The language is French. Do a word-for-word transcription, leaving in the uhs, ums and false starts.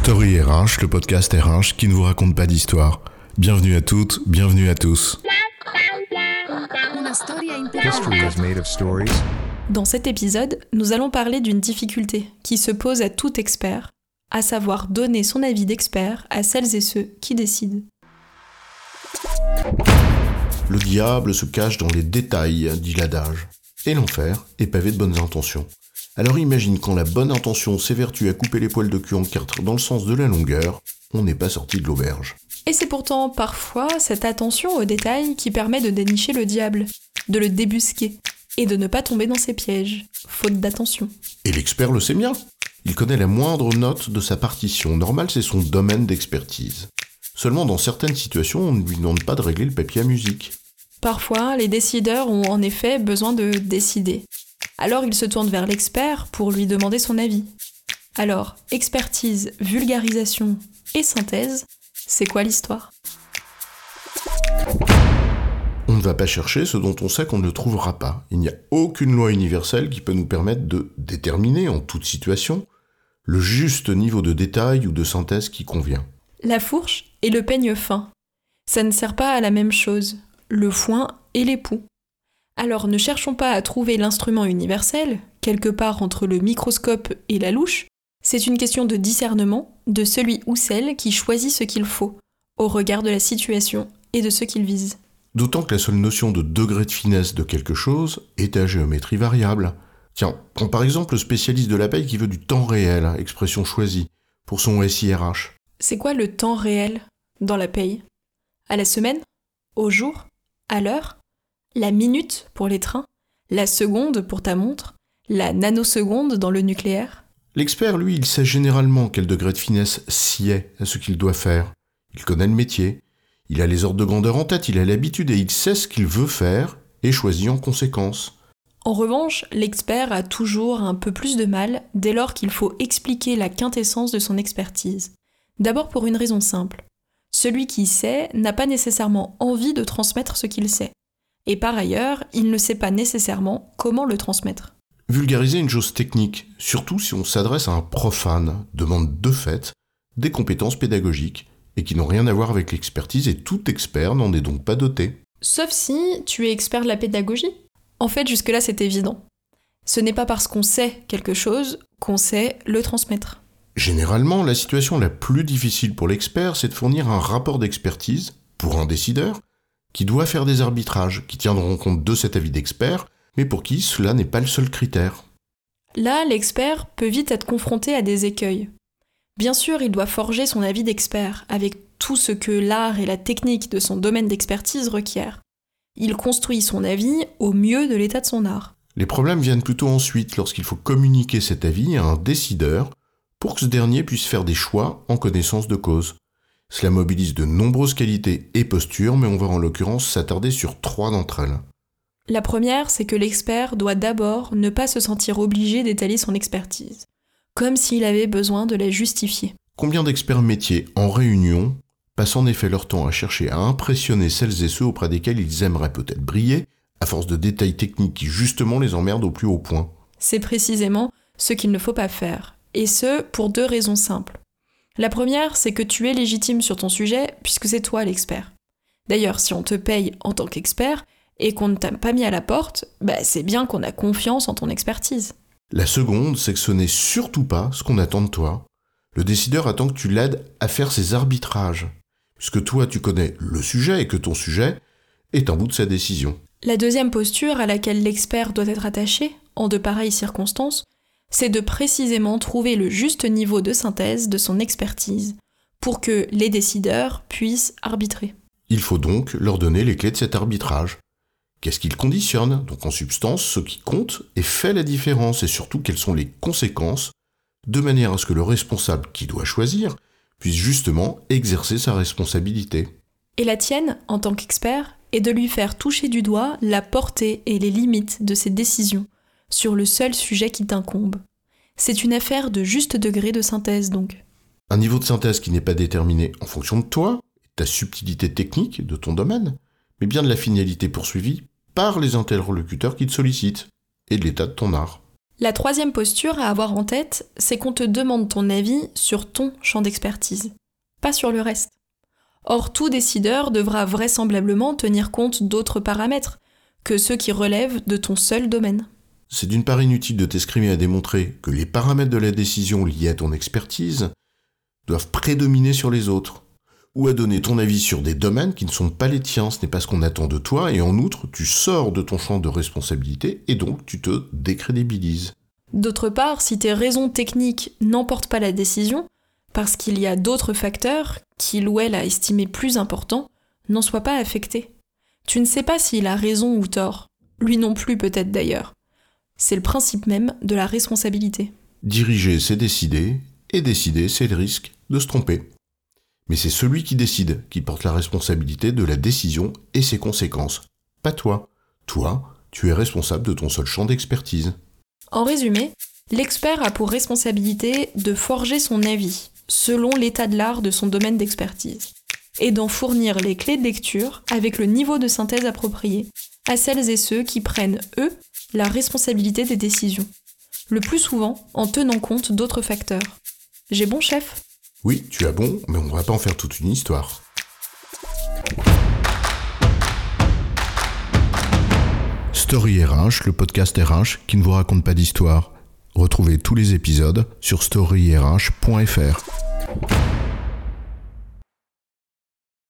Story R H, le podcast R H qui ne vous raconte pas d'histoire. Bienvenue à toutes, bienvenue à tous. History is made of stories. Dans cet épisode, nous allons parler d'une difficulté qui se pose à tout expert, à savoir donner son avis d'expert à celles et ceux qui décident. Le diable se cache dans les détails, dit l'adage. Et l'enfer est pavé de bonnes intentions. Alors imagine quand la bonne intention s'évertue à couper les poils de cul en quatre dans le sens de la longueur, on n'est pas sorti de l'auberge. Et c'est pourtant parfois cette attention aux détails qui permet de dénicher le diable, de le débusquer, et de ne pas tomber dans ses pièges, faute d'attention. Et l'expert le sait bien. Il connaît la moindre note de sa partition. Normal, c'est son domaine d'expertise. Seulement, dans certaines situations, on ne lui demande pas de régler le papier à musique. Parfois, les décideurs ont en effet besoin de décider. Alors ils se tournent vers l'expert pour lui demander son avis. Alors, expertise, vulgarisation et synthèse, c'est quoi l'histoire ? On ne va pas chercher ce dont on sait qu'on ne le trouvera pas. Il n'y a aucune loi universelle qui peut nous permettre de déterminer, en toute situation, le juste niveau de détail ou de synthèse qui convient. La fourche et le peigne fin. Ça ne sert pas à la même chose, le foin et l'époux. Alors ne cherchons pas à trouver l'instrument universel, quelque part entre le microscope et la louche, c'est une question de discernement de celui ou celle qui choisit ce qu'il faut, au regard de la situation et de ce qu'il vise. D'autant que la seule notion de degré de finesse de quelque chose est à géométrie variable. Tiens, prends par exemple le spécialiste de la paye qui veut du temps réel, expression choisie, pour son S I R H. C'est quoi le temps réel dans la paye ? À la semaine ? Au jour ? À l'heure ? La minute pour les trains, la seconde pour ta montre, la nanoseconde dans le nucléaire. L'expert, lui, il sait généralement quel degré de finesse sied à ce qu'il doit faire. Il connaît le métier, il a les ordres de grandeur en tête, il a l'habitude et il sait ce qu'il veut faire et choisit en conséquence. En revanche, l'expert a toujours un peu plus de mal dès lors qu'il faut expliquer la quintessence de son expertise. D'abord pour une raison simple. Celui qui sait n'a pas nécessairement envie de transmettre ce qu'il sait. Et par ailleurs, il ne sait pas nécessairement comment le transmettre. Vulgariser une chose technique, surtout si on s'adresse à un profane, demande de fait des compétences pédagogiques et qui n'ont rien à voir avec l'expertise et tout expert n'en est donc pas doté. Sauf si tu es expert de la pédagogie. En fait, jusque-là, c'est évident. Ce n'est pas parce qu'on sait quelque chose qu'on sait le transmettre. Généralement, la situation la plus difficile pour l'expert, c'est de fournir un rapport d'expertise pour un décideur qui doit faire des arbitrages, qui tiendront compte de cet avis d'expert, mais pour qui cela n'est pas le seul critère. Là, l'expert peut vite être confronté à des écueils. Bien sûr, il doit forger son avis d'expert, avec tout ce que l'art et la technique de son domaine d'expertise requièrent. Il construit son avis au mieux de l'état de son art. Les problèmes viennent plutôt ensuite, lorsqu'il faut communiquer cet avis à un décideur, pour que ce dernier puisse faire des choix en connaissance de cause. Cela mobilise de nombreuses qualités et postures, mais on va en l'occurrence s'attarder sur trois d'entre elles. La première, c'est que l'expert doit d'abord ne pas se sentir obligé d'étaler son expertise, comme s'il avait besoin de la justifier. Combien d'experts métiers en réunion passent en effet leur temps à chercher à impressionner celles et ceux auprès desquels ils aimeraient peut-être briller, à force de détails techniques qui justement les emmerdent au plus haut point. C'est précisément ce qu'il ne faut pas faire, et ce, pour deux raisons simples. La première, c'est que tu es légitime sur ton sujet puisque c'est toi l'expert. D'ailleurs, si on te paye en tant qu'expert et qu'on ne t'a pas mis à la porte, bah c'est bien qu'on a confiance en ton expertise. La seconde, c'est que ce n'est surtout pas ce qu'on attend de toi. Le décideur attend que tu l'aides à faire ses arbitrages, puisque toi tu connais le sujet et que ton sujet est un bout de sa décision. La deuxième posture à laquelle l'expert doit être attaché, en de pareilles circonstances, c'est de précisément trouver le juste niveau de synthèse de son expertise pour que les décideurs puissent arbitrer. Il faut donc leur donner les clés de cet arbitrage. Qu'est-ce qu'ils conditionnent ? Donc en substance, ce qui compte et fait la différence et surtout quelles sont les conséquences, de manière à ce que le responsable qui doit choisir puisse justement exercer sa responsabilité. Et la tienne, en tant qu'expert, est de lui faire toucher du doigt la portée et les limites de ses décisions sur le seul sujet qui t'incombe. C'est une affaire de juste degré de synthèse donc. Un niveau de synthèse qui n'est pas déterminé en fonction de toi, de ta subtilité technique, de ton domaine, mais bien de la finalité poursuivie par les interlocuteurs qui te sollicitent et de l'état de ton art. La troisième posture à avoir en tête, c'est qu'on te demande ton avis sur ton champ d'expertise, pas sur le reste. Or, tout décideur devra vraisemblablement tenir compte d'autres paramètres que ceux qui relèvent de ton seul domaine. C'est d'une part inutile de t'escrimer à démontrer que les paramètres de la décision liés à ton expertise doivent prédominer sur les autres, ou à donner ton avis sur des domaines qui ne sont pas les tiens, ce n'est pas ce qu'on attend de toi, et en outre, tu sors de ton champ de responsabilité, et donc tu te décrédibilises. D'autre part, si tes raisons techniques n'emportent pas la décision, parce qu'il y a d'autres facteurs qu'il ou elle a estimés plus importants, n'en sois pas affecté. Tu ne sais pas s'il a raison ou tort, lui non plus peut-être d'ailleurs. C'est le principe même de la responsabilité. Diriger, c'est décider, et décider, c'est le risque de se tromper. Mais c'est celui qui décide qui porte la responsabilité de la décision et ses conséquences, pas toi. Toi, tu es responsable de ton seul champ d'expertise. En résumé, l'expert a pour responsabilité de forger son avis, selon l'état de l'art de son domaine d'expertise, et d'en fournir les clés de lecture avec le niveau de synthèse approprié à celles et ceux qui prennent, eux, la responsabilité des décisions, le plus souvent en tenant compte d'autres facteurs. J'ai bon, chef ? Oui, tu as bon, mais on va pas en faire toute une histoire. Story R H, le podcast R H qui ne vous raconte pas d'histoire. Retrouvez tous les épisodes sur story r h point f r.